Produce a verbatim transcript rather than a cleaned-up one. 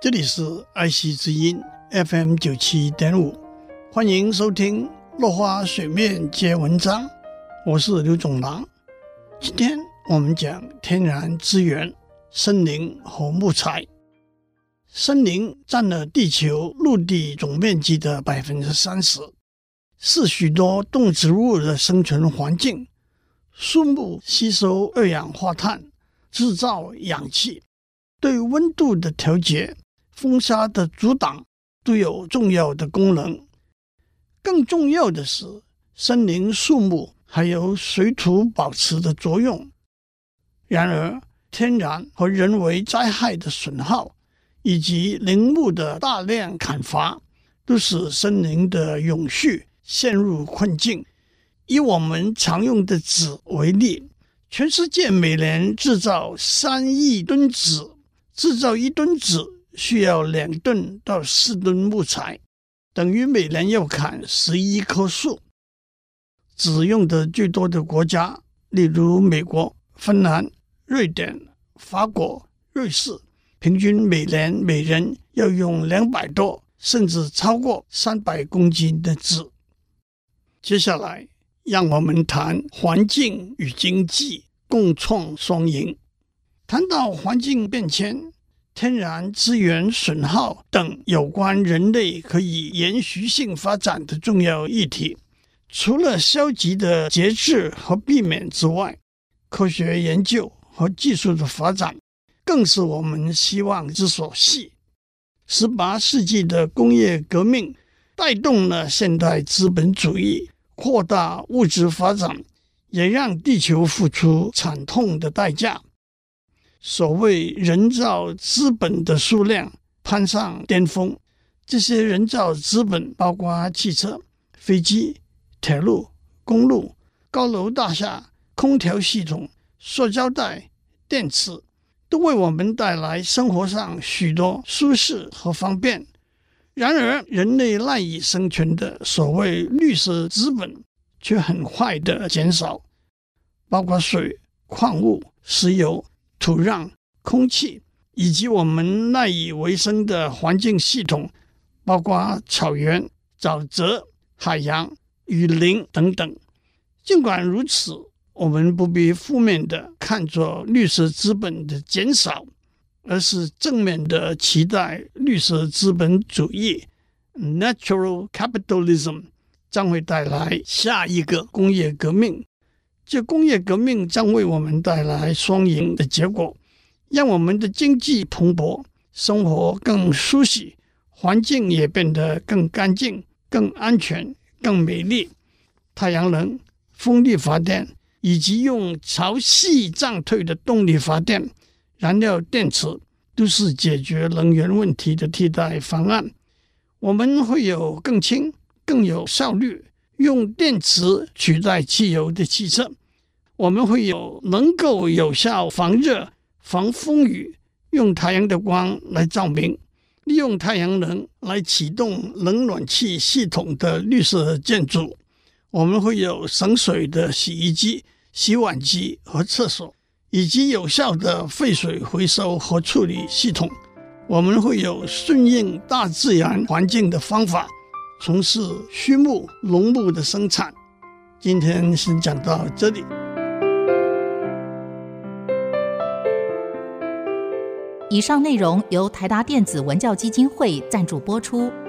这里是爱惜之音 F M 九十七点五， 欢迎收听落花水面皆文章，我是刘总郎。今天我们讲天然资源，森林和木材。森林占了地球陆地总面积的 百分之三十， 是许多动植物的生存环境。树木吸收二氧化碳，制造氧气，对温度的调节、风沙的阻挡都有重要的功能。更重要的是，森林树木还有水土保持的作用。然而，天然和人为灾害的损耗以及林木的大量砍伐，都使森林的永续陷入困境。以我们常用的纸为例，全世界每年制造三亿吨纸，制造一吨纸需要两吨到四吨木材，等于每年要砍十一棵树。纸用的最多的国家，例如美国、芬兰、瑞典、法国、瑞士，平均每年每人要用两百多甚至超过三百公斤的纸。接下来让我们谈环境与经济共创双赢。谈到环境变迁、天然资源损耗等有关人类可以延续性发展的重要议题，除了消极的节制和避免之外，科学研究和技术的发展更是我们希望之所系。十八世纪的工业革命带动了现代资本主义，扩大物质发展，也让地球付出惨痛的代价。所谓人造资本的数量攀上巅峰，这些人造资本包括汽车、飞机、铁路、公路、高楼大厦、空调系统、塑胶袋、电池，都为我们带来生活上许多舒适和方便。然而，人类赖以生存的所谓绿色资本却很快的减少，包括水、矿物、石油、土壤、空气，以及我们赖以为生的环境系统，包括草原、沼泽、海洋、雨林等等。尽管如此，我们不必负面的看作绿色资本的减少，而是正面的期待绿色资本主义 （Natural Capitalism） 将会带来下一个工业革命。这工业革命将为我们带来双赢的结果，让我们的经济蓬勃，生活更舒适，环境也变得更干净、更安全、更美丽。太阳能、风力发电以及用潮汐涨退的动力发电、燃料电池都是解决能源问题的替代方案。我们会有更轻、更有效率用电池取代汽油的汽车，我们会有能够有效防热、防风雨，用太阳的光来照明，利用太阳能来启动冷暖气系统的绿色建筑。我们会有省水的洗衣机、洗碗机和厕所，以及有效的废水回收和处理系统。我们会有顺应大自然环境的方法，从事畜牧、农牧的生产。今天先讲到这里。 以上内容由台达电子文教基金会赞助播出。